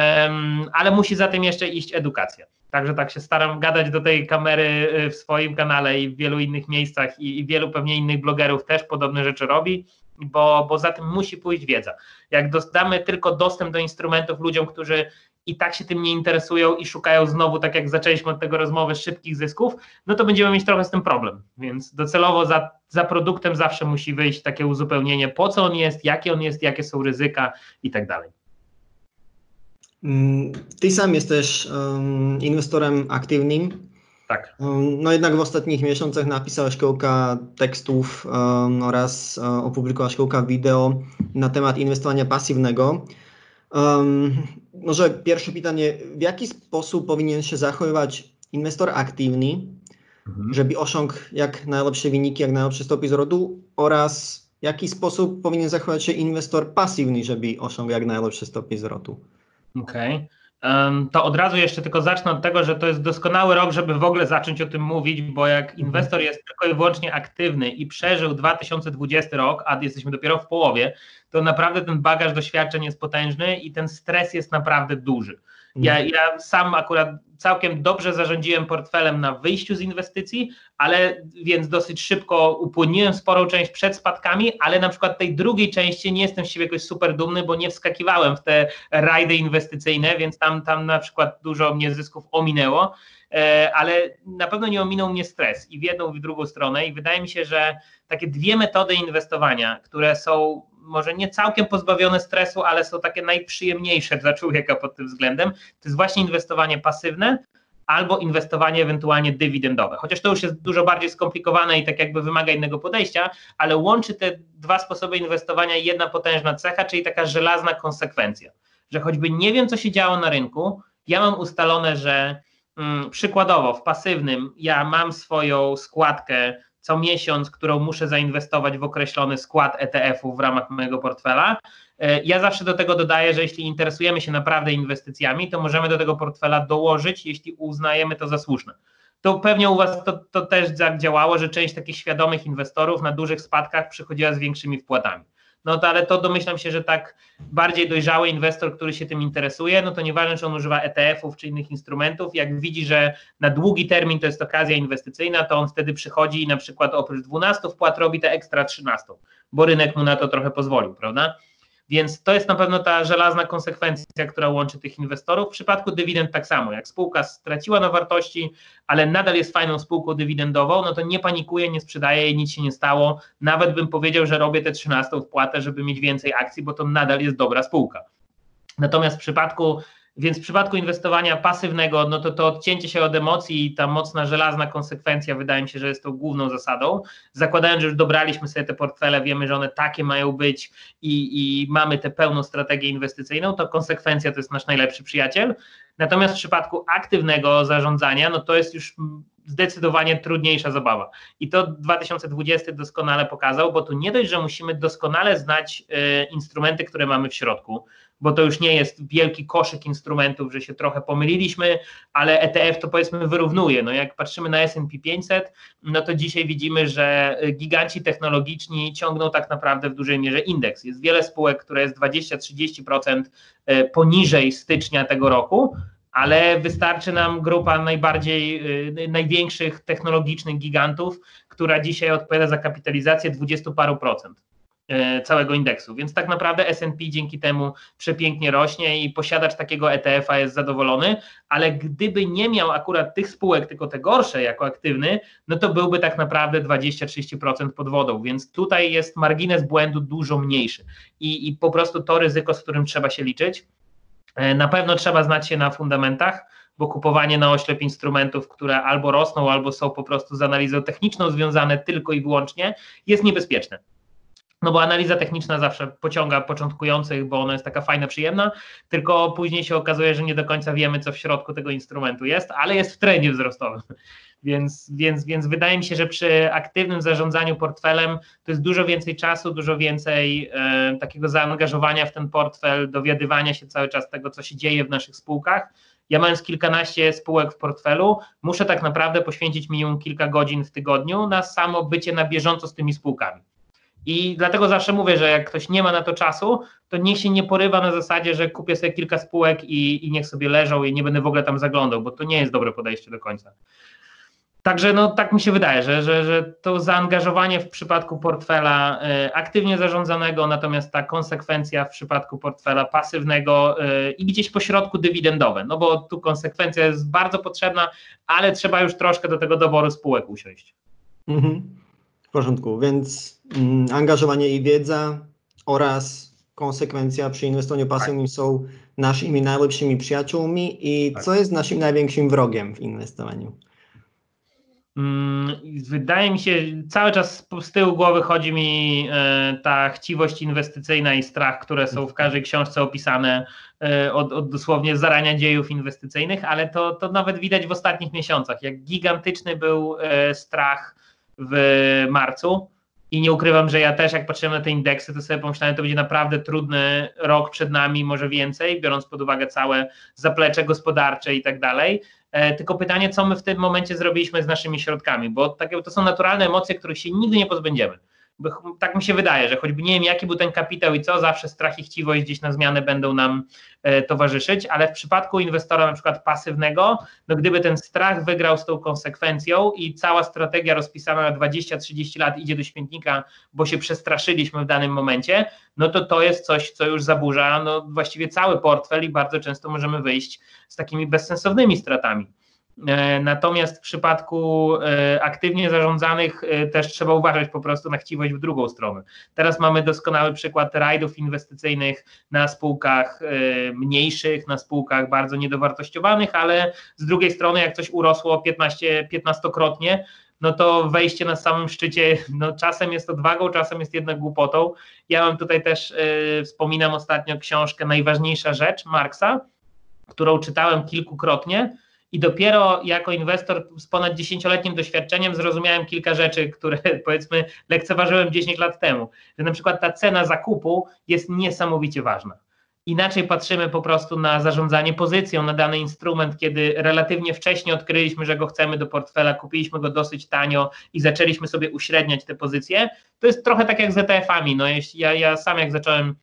ale musi za tym jeszcze iść edukacja. Także tak się staram gadać do tej kamery w swoim kanale i w wielu innych miejscach i wielu pewnie innych blogerów też podobne rzeczy robi, bo za tym musi pójść wiedza. Jak damy tylko dostęp do instrumentów ludziom, którzy i tak się tym nie interesują i szukają znowu, tak jak zaczęliśmy od tego rozmowy, szybkich zysków, no to będziemy mieć trochę z tym problem. Więc docelowo za produktem zawsze musi wyjść takie uzupełnienie, po co on jest, jakie są ryzyka i tak dalej. Ty sam jesteś inwestorem aktywnym. Tak. No jednak w ostatnich miesiącach napisałeś kilka tekstów oraz opublikowałeś kilka wideo na temat inwestowania pasywnego. Może pierwsze pytanie, w jaki sposób powinien się zachowywać inwestor aktywny, żeby osiągnął jak najlepsze wyniki, jak najlepsze stopy zwrotu, oraz w jaki sposób powinien zachować się inwestor pasywny, żeby osiągnął jak najlepsze stopy zwrotu? Okej. To od razu jeszcze tylko zacznę od tego, że to jest doskonały rok, żeby w ogóle zacząć o tym mówić, bo jak inwestor jest tylko i wyłącznie aktywny i przeżył 2020 rok, a jesteśmy dopiero w połowie, to naprawdę ten bagaż doświadczeń jest potężny i ten stres jest naprawdę duży. Ja sam akurat całkiem dobrze zarządziłem portfelem na wyjściu z inwestycji, ale więc dosyć szybko upłynniłem sporą część przed spadkami, ale na przykład tej drugiej części nie jestem z siebie jakoś super dumny, bo nie wskakiwałem w te rajdy inwestycyjne, więc tam na przykład dużo mnie zysków ominęło, ale na pewno nie ominął mnie stres i w jedną i w drugą stronę i wydaje mi się, że takie dwie metody inwestowania, które są może nie całkiem pozbawione stresu, ale są takie najprzyjemniejsze dla człowieka pod tym względem, to jest właśnie inwestowanie pasywne albo inwestowanie ewentualnie dywidendowe. Chociaż to już jest dużo bardziej skomplikowane i tak jakby wymaga innego podejścia, ale łączy te dwa sposoby inwestowania jedna potężna cecha, czyli taka żelazna konsekwencja, że choćby nie wiem, co się działo na rynku, ja mam ustalone, że przykładowo w pasywnym ja mam swoją składkę co miesiąc, którą muszę zainwestować w określony skład ETF-ów w ramach mojego portfela. Ja zawsze do tego dodaję, że jeśli interesujemy się naprawdę inwestycjami, to możemy do tego portfela dołożyć, jeśli uznajemy to za słuszne. To pewnie u Was to też tak działało, że część takich świadomych inwestorów na dużych spadkach przychodziła z większymi wpłatami. No to ale to domyślam się, że tak bardziej dojrzały inwestor, który się tym interesuje, no to nieważne, czy on używa ETF-ów czy innych instrumentów, jak widzi, że na długi termin to jest okazja inwestycyjna, to on wtedy przychodzi i na przykład oprócz 12 wpłat robi te ekstra 13, bo rynek mu na to trochę pozwolił, prawda? Więc to jest na pewno ta żelazna konsekwencja, która łączy tych inwestorów. W przypadku dywidend tak samo, jak spółka straciła na wartości, ale nadal jest fajną spółką dywidendową, no to nie panikuję, nie sprzedaję jej, nic się nie stało. Nawet bym powiedział, że robię tę 13 wpłatę, żeby mieć więcej akcji, bo to nadal jest dobra spółka. Natomiast w przypadku inwestowania pasywnego, no to odcięcie się od emocji i ta mocna, żelazna konsekwencja wydaje mi się, że jest tą główną zasadą. Zakładając, że już dobraliśmy sobie te portfele, wiemy, że one takie mają być i mamy tę pełną strategię inwestycyjną, to konsekwencja to jest nasz najlepszy przyjaciel. Natomiast w przypadku aktywnego zarządzania, no to jest już zdecydowanie trudniejsza zabawa. I to 2020 doskonale pokazał, bo tu nie dość, że musimy doskonale znać instrumenty, które mamy w środku, bo to już nie jest wielki koszyk instrumentów, że się trochę pomyliliśmy, ale ETF to powiedzmy wyrównuje. No jak patrzymy na S&P 500, no to dzisiaj widzimy, że giganci technologiczni ciągną tak naprawdę w dużej mierze indeks. Jest wiele spółek, które jest 20-30% poniżej stycznia tego roku, ale wystarczy nam grupa największych technologicznych gigantów, która dzisiaj odpowiada za kapitalizację 20 paru procent całego indeksu, więc tak naprawdę S&P dzięki temu przepięknie rośnie i posiadacz takiego ETF-a jest zadowolony, ale gdyby nie miał akurat tych spółek, tylko te gorsze jako aktywny, no to byłby tak naprawdę 20-30% pod wodą, więc tutaj jest margines błędu dużo mniejszy i po prostu to ryzyko, z którym trzeba się liczyć. Na pewno trzeba znać się na fundamentach, bo kupowanie na oślep instrumentów, które albo rosną, albo są po prostu z analizą techniczną związane tylko i wyłącznie, jest niebezpieczne. No bo analiza techniczna zawsze pociąga początkujących, bo ona jest taka fajna, przyjemna, tylko później się okazuje, że nie do końca wiemy, co w środku tego instrumentu jest, ale jest w trendzie wzrostowym. Więc wydaje mi się, że przy aktywnym zarządzaniu portfelem to jest dużo więcej czasu, dużo więcej takiego zaangażowania w ten portfel, dowiadywania się cały czas tego, co się dzieje w naszych spółkach. Ja mając kilkanaście spółek w portfelu, muszę tak naprawdę poświęcić minimum kilka godzin w tygodniu na samo bycie na bieżąco z tymi spółkami. I dlatego zawsze mówię, że jak ktoś nie ma na to czasu, to niech się nie porywa na zasadzie, że kupię sobie kilka spółek i niech sobie leżą i nie będę w ogóle tam zaglądał, bo to nie jest dobre podejście do końca. Także no tak mi się wydaje, że to zaangażowanie w przypadku portfela aktywnie zarządzanego, natomiast ta konsekwencja w przypadku portfela pasywnego i gdzieś po środku dywidendowe, no bo tu konsekwencja jest bardzo potrzebna, ale trzeba już troszkę do tego doboru spółek usiąść. W porządku, więc angażowanie i wiedza oraz konsekwencia przy inwestowaniu pasywnym są naszymi najlepszymi przyjaciółmi i co jest naszym największym wrogiem w inwestowaniu? Wydaje mi się, cały czas z tyłu głowy chodzi mi ta chciwość inwestycyjna i strach, które są w każdej książce opisane od dosłownie zarania dziejów inwestycyjnych, ale to nawet widać w ostatnich miesiącach, jak gigantyczny był strach w marcu. I nie ukrywam, że ja też jak patrzyłem na te indeksy, to sobie pomyślałem, to będzie naprawdę trudny rok przed nami, może więcej, biorąc pod uwagę całe zaplecze gospodarcze i tak dalej. Tylko pytanie, co my w tym momencie zrobiliśmy z naszymi środkami, bo to są naturalne emocje, których się nigdy nie pozbędziemy. Bo tak mi się wydaje, że choćby nie wiem, jaki był ten kapitał i co, zawsze strach i chciwość gdzieś na zmianę będą nam towarzyszyć, ale w przypadku inwestora na przykład pasywnego, no gdyby ten strach wygrał z tą konsekwencją i cała strategia rozpisana na 20-30 lat idzie do śmietnika, bo się przestraszyliśmy w danym momencie, no to jest coś, co już zaburza właściwie cały portfel i bardzo często możemy wyjść z takimi bezsensownymi stratami. Natomiast w przypadku aktywnie zarządzanych też trzeba uważać po prostu na chciwość w drugą stronę. Teraz mamy doskonały przykład rajdów inwestycyjnych na spółkach mniejszych, na spółkach bardzo niedowartościowanych, ale z drugiej strony jak coś urosło 15-krotnie, no to wejście na samym szczycie, czasem jest odwagą, czasem jest jednak głupotą. Ja mam tutaj też, wspominam ostatnio książkę Najważniejsza rzecz Marksa, którą czytałem kilkukrotnie, i dopiero jako inwestor z ponad 10-letnim doświadczeniem zrozumiałem kilka rzeczy, które powiedzmy lekceważyłem 10 lat temu. Że na przykład ta cena zakupu jest niesamowicie ważna. Inaczej patrzymy po prostu na zarządzanie pozycją, na dany instrument, kiedy relatywnie wcześnie odkryliśmy, że go chcemy do portfela, kupiliśmy go dosyć tanio i zaczęliśmy sobie uśredniać te pozycje. To jest trochę tak jak z ETF-ami. Ja sam jak zacząłem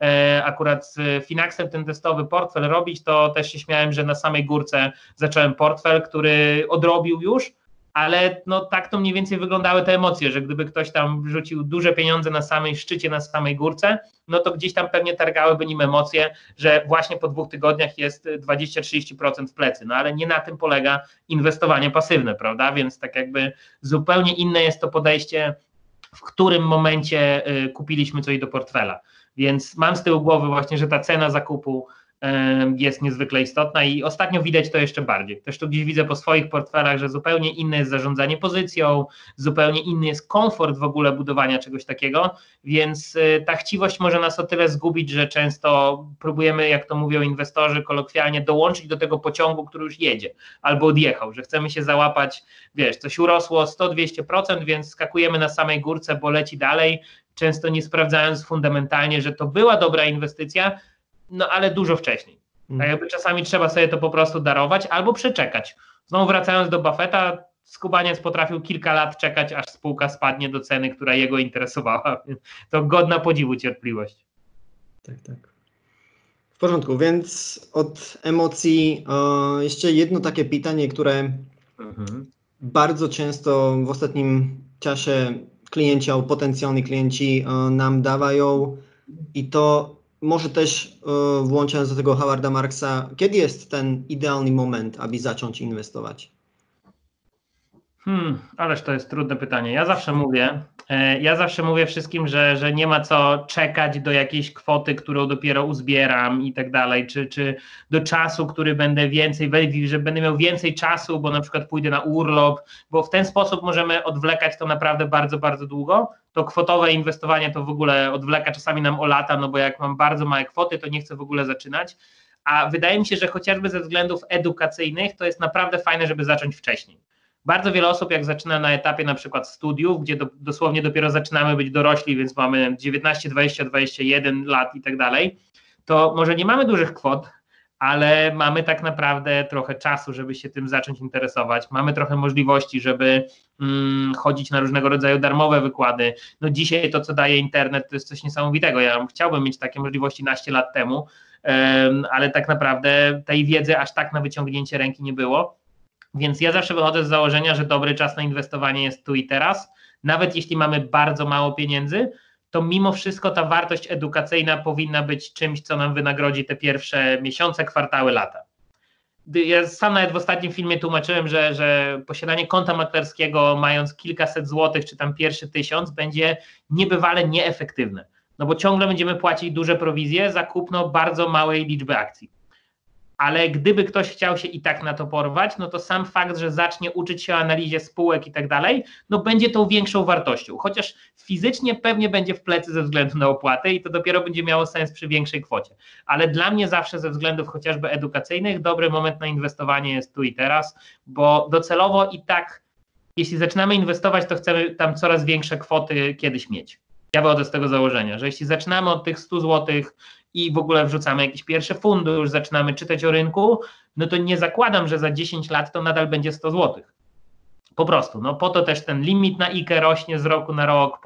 akurat z Finaxem ten testowy portfel robić, to też się śmiałem, że na samej górce zacząłem portfel, który odrobił już, ale tak to mniej więcej wyglądały te emocje, że gdyby ktoś tam wrzucił duże pieniądze na samej szczycie, na samej górce, no to gdzieś tam pewnie targałyby nim emocje, że właśnie po 2 tygodniach jest 20-30% w plecy, ale nie na tym polega inwestowanie pasywne, prawda, więc tak jakby zupełnie inne jest to podejście, w którym momencie kupiliśmy coś do portfela. Więc mam z tyłu głowy właśnie, że ta cena zakupu jest niezwykle istotna i ostatnio widać to jeszcze bardziej. Też tu gdzieś widzę po swoich portfelach, że zupełnie inne jest zarządzanie pozycją, zupełnie inny jest komfort w ogóle budowania czegoś takiego, więc ta chciwość może nas o tyle zgubić, że często próbujemy, jak to mówią inwestorzy kolokwialnie, dołączyć do tego pociągu, który już jedzie albo odjechał, że chcemy się załapać, coś urosło 100-200%, więc skakujemy na samej górce, bo leci dalej, często nie sprawdzając fundamentalnie, że to była dobra inwestycja, ale dużo wcześniej. Tak jakby czasami trzeba sobie to po prostu darować albo przeczekać. Znowu wracając do Buffetta, skubaniec potrafił kilka lat czekać, aż spółka spadnie do ceny, która jego interesowała. To godna podziwu cierpliwość. Tak. W porządku, więc od emocji jeszcze jedno takie pytanie, które bardzo często w ostatnim czasie klienci albo potencjalni klienci nam dawają i to może też włączając do tego Howarda Marksa, kiedy jest ten idealny moment, aby zacząć inwestować? Ależ to jest trudne pytanie. Ja zawsze mówię wszystkim, że nie ma co czekać do jakiejś kwoty, którą dopiero uzbieram i tak dalej, czy do czasu, który że będę miał więcej czasu, bo na przykład pójdę na urlop, bo w ten sposób możemy odwlekać to naprawdę bardzo, bardzo długo. To kwotowe inwestowanie to w ogóle odwleka czasami nam o lata, bo jak mam bardzo małe kwoty, to nie chcę w ogóle zaczynać, a wydaje mi się, że chociażby ze względów edukacyjnych to jest naprawdę fajne, żeby zacząć wcześniej. Bardzo wiele osób jak zaczyna na etapie na przykład studiów, gdzie dosłownie dopiero zaczynamy być dorośli, więc mamy 19, 20, 21 lat i tak dalej, to może nie mamy dużych kwot, ale mamy tak naprawdę trochę czasu, żeby się tym zacząć interesować. Mamy trochę możliwości, żeby chodzić na różnego rodzaju darmowe wykłady. Dzisiaj to, co daje internet, to jest coś niesamowitego. Ja chciałbym mieć takie możliwości naście lat temu, ale tak naprawdę tej wiedzy aż tak na wyciągnięcie ręki nie było. Więc ja zawsze wychodzę z założenia, że dobry czas na inwestowanie jest tu i teraz. Nawet jeśli mamy bardzo mało pieniędzy, to mimo wszystko ta wartość edukacyjna powinna być czymś, co nam wynagrodzi te pierwsze miesiące, kwartały, lata. Ja sam nawet w ostatnim filmie tłumaczyłem, że posiadanie konta maklerskiego mając kilkaset złotych, czy tam pierwszy 1000 będzie niebywale nieefektywne. no bo ciągle będziemy płacić duże prowizje za kupno bardzo małej liczby akcji. Ale gdyby ktoś chciał się i tak na to porwać, no to sam fakt, że zacznie uczyć się o analizie spółek i tak dalej, no będzie tą większą wartością. Chociaż fizycznie pewnie będzie w plecy ze względu na opłatę i to dopiero będzie miało sens przy większej kwocie. Ale dla mnie zawsze ze względów chociażby edukacyjnych dobry moment na inwestowanie jest tu i teraz, bo docelowo i tak, jeśli zaczynamy inwestować, to chcemy tam coraz większe kwoty kiedyś mieć. Ja wychodzę z tego założenia, że jeśli zaczynamy od tych 100 zł i w ogóle wrzucamy jakiś pierwszy fundusz, zaczynamy czytać o rynku, no to nie zakładam, że za 10 lat to nadal będzie 100 zł. Po prostu, no po to też ten limit na IKE rośnie z roku na rok,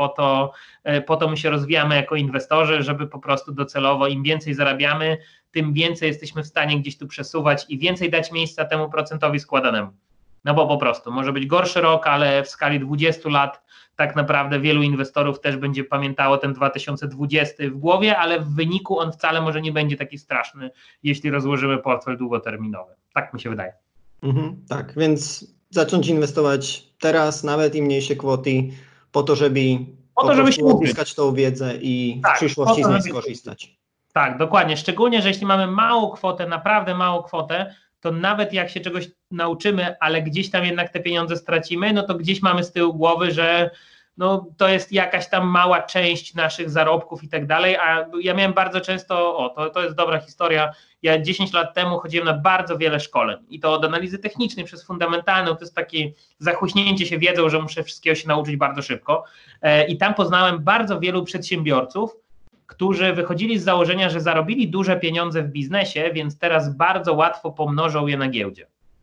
po to my się rozwijamy jako inwestorzy, żeby po prostu docelowo im więcej zarabiamy, tym więcej jesteśmy w stanie gdzieś tu przesuwać i więcej dać miejsca temu procentowi składanemu. No bo po prostu może być gorszy rok, ale w skali 20 lat tak naprawdę wielu inwestorów też będzie pamiętało ten 2020 w głowie, ale w wyniku on wcale może nie będzie taki straszny, jeśli rozłożymy portfel długoterminowy. Tak mi się wydaje. Tak, więc zacząć inwestować teraz, nawet i mniejsze kwoty, po to, żeby uzyskać tą wiedzę i w przyszłości z niej skorzystać. Tak, dokładnie. Szczególnie, że jeśli mamy małą kwotę, naprawdę małą kwotę, to nawet jak się czegoś nauczymy, ale gdzieś tam jednak te pieniądze stracimy, no to gdzieś mamy z tyłu głowy, że no, to jest jakaś tam mała część naszych zarobków i tak dalej, a ja miałem bardzo często, to jest dobra historia, ja 10 lat temu chodziłem na bardzo wiele szkoleń i to od analizy technicznej przez fundamentalną, to jest takie zachłyśnięcie się wiedzą, że muszę wszystkiego się nauczyć bardzo szybko i tam poznałem bardzo wielu przedsiębiorców, którzy wychodzili z założenia, że zarobili duże pieniądze w biznesie, więc teraz bardzo łatwo pomnożą je na giełdzie.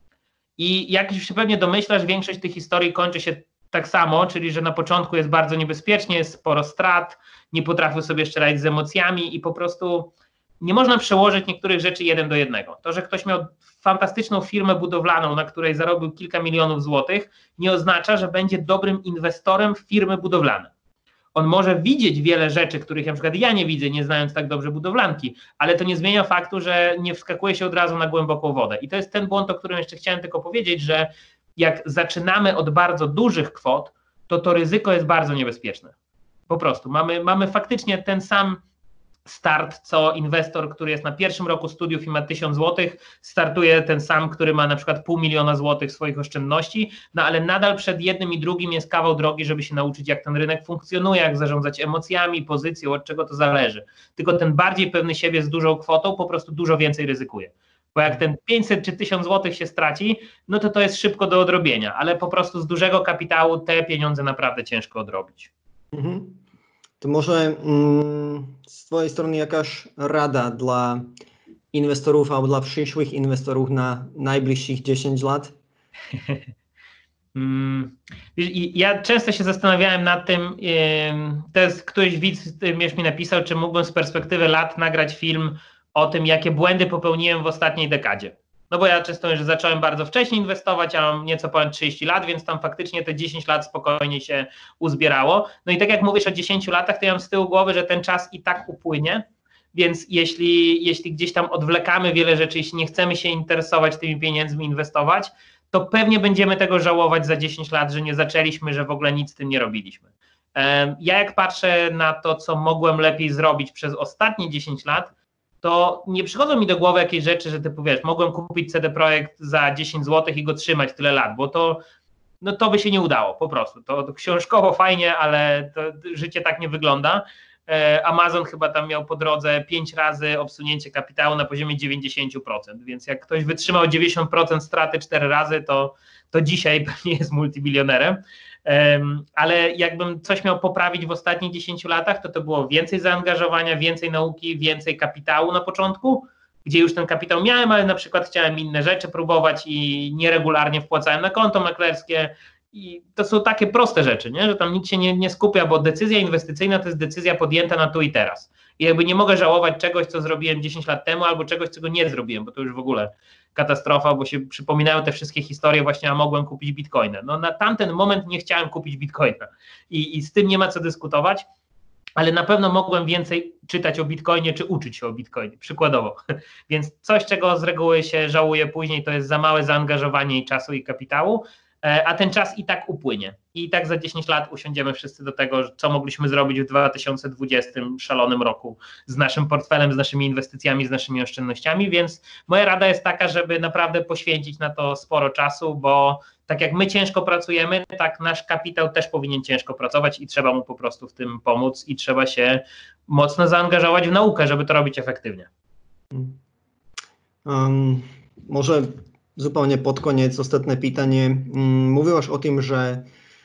I jak już się pewnie domyślasz, większość tych historii kończy się tak samo, czyli że na początku jest bardzo niebezpiecznie, jest sporo strat, nie potrafią sobie jeszcze radzić z emocjami i po prostu nie można przełożyć niektórych rzeczy 1 do 1. To, że ktoś miał fantastyczną firmę budowlaną, na której zarobił kilka milionów złotych, nie oznacza, że będzie dobrym inwestorem w firmy budowlane. On może widzieć wiele rzeczy, których na przykład ja nie widzę, nie znając tak dobrze budowlanki, ale to nie zmienia faktu, że nie wskakuje się od razu na głęboką wodę. I to jest ten błąd, o którym jeszcze chciałem tylko powiedzieć, że jak zaczynamy od bardzo dużych kwot, to ryzyko jest bardzo niebezpieczne. Po prostu mamy faktycznie ten sam start, co inwestor, który jest na pierwszym roku studiów i ma 1000 zł, startuje ten sam, który ma na przykład 500 000 złotych swoich oszczędności, no ale nadal przed jednym i drugim jest kawał drogi, żeby się nauczyć, jak ten rynek funkcjonuje, jak zarządzać emocjami, pozycją, od czego to zależy. Tylko ten bardziej pewny siebie z dużą kwotą po prostu dużo więcej ryzykuje. Bo jak ten 500 czy 1000 złotych się straci, no to jest szybko do odrobienia, ale po prostu z dużego kapitału te pieniądze naprawdę ciężko odrobić. To może z twojej strony jakaś rada dla inwestorów albo dla przyszłych inwestorów na najbliższych 10 lat? Ja często się zastanawiałem nad tym, to jest któryś widz mi napisał, czy mógłbym z perspektywy lat nagrać film o tym, jakie błędy popełniłem w ostatniej dekadzie. No bo ja często mówię, że zacząłem bardzo wcześnie inwestować, a mam nieco ponad 30 lat, więc tam faktycznie te 10 lat spokojnie się uzbierało. No i tak jak mówisz o 10 latach, to ja mam z tyłu głowy, że ten czas i tak upłynie, więc jeśli gdzieś tam odwlekamy wiele rzeczy, jeśli nie chcemy się interesować tymi pieniędzmi, inwestować, to pewnie będziemy tego żałować za 10 lat, że nie zaczęliśmy, że w ogóle nic z tym nie robiliśmy. Ja jak patrzę na to, co mogłem lepiej zrobić przez ostatnie 10 lat, to nie przychodzą mi do głowy jakieś rzeczy, że typu wiesz, mogłem kupić CD Projekt za 10 zł i go trzymać tyle lat, bo to by się nie udało po prostu. To książkowo fajnie, ale to życie tak nie wygląda. Amazon chyba tam miał po drodze 5 razy obsunięcie kapitału na poziomie 90%, więc jak ktoś wytrzymał 90% straty 4 razy, to dzisiaj pewnie jest multimilionerem. Ale jakbym coś miał poprawić w ostatnich 10 latach, to było więcej zaangażowania, więcej nauki, więcej kapitału na początku, gdzie już ten kapitał miałem, ale na przykład chciałem inne rzeczy próbować i nieregularnie wpłacałem na konto maklerskie i to są takie proste rzeczy, nie? Że tam nikt się nie skupia, bo decyzja inwestycyjna to jest decyzja podjęta na tu i teraz. I jakby nie mogę żałować czegoś, co zrobiłem 10 lat temu, albo czegoś, czego nie zrobiłem, bo to już w ogóle katastrofa, bo się przypominają te wszystkie historie właśnie, a mogłem kupić bitcoina. No na tamten moment nie chciałem kupić bitcoina i z tym nie ma co dyskutować, ale na pewno mogłem więcej czytać o bitcoinie, czy uczyć się o bitcoinie, przykładowo. Więc coś, czego z reguły się żałuje później, to jest za małe zaangażowanie i czasu i kapitału. a ten czas i tak upłynie. I tak za 10 lat usiądziemy wszyscy do tego, co mogliśmy zrobić w 2020 szalonym roku z naszym portfelem, z naszymi inwestycjami, z naszymi oszczędnościami, więc moja rada jest taka, żeby naprawdę poświęcić na to sporo czasu, bo tak jak my ciężko pracujemy, tak nasz kapitał też powinien ciężko pracować i trzeba mu po prostu w tym pomóc i trzeba się mocno zaangażować w naukę, żeby to robić efektywnie. Może zupełnie pod koniec ostatnie pytanie. Mówiłaś o tym, że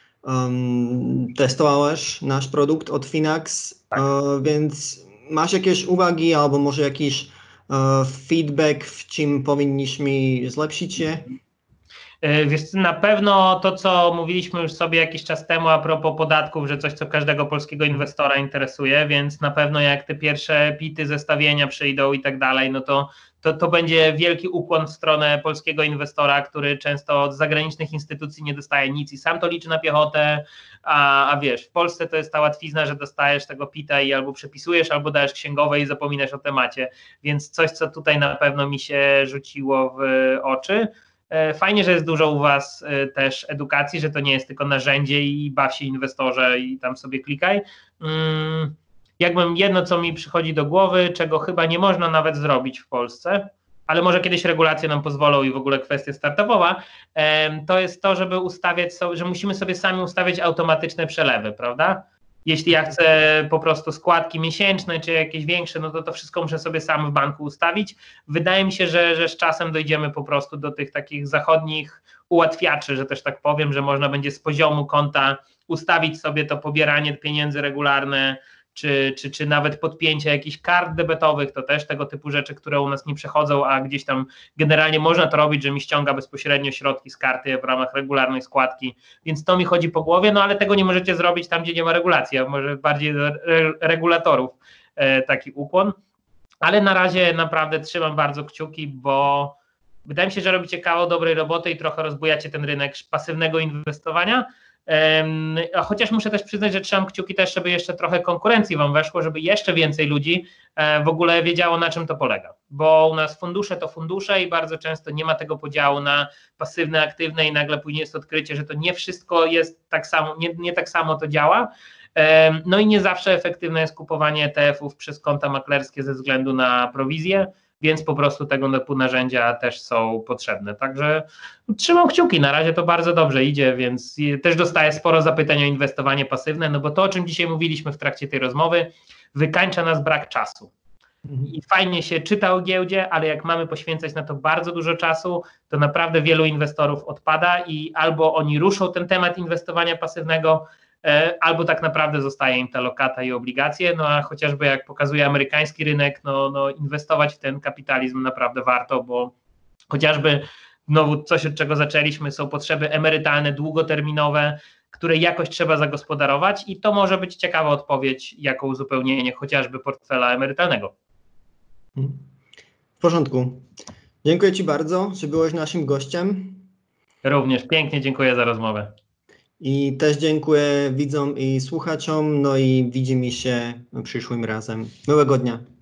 testowałeś nasz produkt od Finax, tak. Więc masz jakieś uwagi albo może jakiś feedback, w czym powinniśmy zlepszyć się? Wiesz, na pewno to, co mówiliśmy już sobie jakiś czas temu a propos podatków, że coś, co każdego polskiego inwestora interesuje, więc na pewno jak te pierwsze PIT-y, zestawienia przyjdą i tak dalej, no to będzie wielki ukłon w stronę polskiego inwestora, który często od zagranicznych instytucji nie dostaje nic i sam to liczy na piechotę, a wiesz, w Polsce to jest ta łatwizna, że dostajesz tego PIT-a i albo przepisujesz, albo dajesz księgowe i zapominasz o temacie, więc coś, co tutaj na pewno mi się rzuciło w oczy. Fajnie, że jest dużo u Was też edukacji, że to nie jest tylko narzędzie i baw się inwestorze i tam sobie klikaj. Jakbym jedno, co mi przychodzi do głowy, czego chyba nie można nawet zrobić w Polsce, ale może kiedyś regulacje nam pozwolą i w ogóle kwestia startupowa, to jest to, żeby ustawiać, że musimy sobie sami ustawiać automatyczne przelewy, prawda? Jeśli ja chcę po prostu składki miesięczne czy jakieś większe, no to wszystko muszę sobie sam w banku ustawić. Wydaje mi się, że z czasem dojdziemy po prostu do tych takich zachodnich ułatwiaczy, że też tak powiem, że można będzie z poziomu konta ustawić sobie to pobieranie pieniędzy regularne, czy nawet podpięcie jakichś kart debetowych, to też tego typu rzeczy, które u nas nie przechodzą, a gdzieś tam generalnie można to robić, że mi ściąga bezpośrednio środki z karty w ramach regularnej składki, więc to mi chodzi po głowie, no ale tego nie możecie zrobić tam, gdzie nie ma regulacji, a może bardziej do regulatorów taki ukłon, ale na razie naprawdę trzymam bardzo kciuki, bo wydaje mi się, że robicie kawał dobrej roboty i trochę rozbujacie ten rynek pasywnego inwestowania. Chociaż muszę też przyznać, że trzymam kciuki też, żeby jeszcze trochę konkurencji Wam weszło, żeby jeszcze więcej ludzi w ogóle wiedziało, na czym to polega, bo u nas fundusze to fundusze i bardzo często nie ma tego podziału na pasywne, aktywne i nagle później jest odkrycie, że to nie wszystko jest tak samo, nie tak samo to działa. No i nie zawsze efektywne jest kupowanie ETF-ów przez konta maklerskie ze względu na prowizję, więc po prostu tego typu narzędzia też są potrzebne. Także trzymam kciuki, na razie to bardzo dobrze idzie, więc też dostaję sporo zapytań o inwestowanie pasywne, no bo to, o czym dzisiaj mówiliśmy w trakcie tej rozmowy, wykańcza nas brak czasu. I fajnie się czyta o giełdzie, ale jak mamy poświęcać na to bardzo dużo czasu, to naprawdę wielu inwestorów odpada i albo oni ruszą ten temat inwestowania pasywnego, albo tak naprawdę zostaje im ta lokata i obligacje, no a chociażby jak pokazuje amerykański rynek, no inwestować w ten kapitalizm naprawdę warto, bo chociażby znowu coś, od czego zaczęliśmy, są potrzeby emerytalne, długoterminowe, które jakoś trzeba zagospodarować i to może być ciekawa odpowiedź jako uzupełnienie chociażby portfela emerytalnego. W porządku. Dziękuję Ci bardzo, że byłeś naszym gościem. Również pięknie dziękuję za rozmowę. I też dziękuję widzom i słuchaczom, no i widzimy się przyszłym razem. Miłego dnia.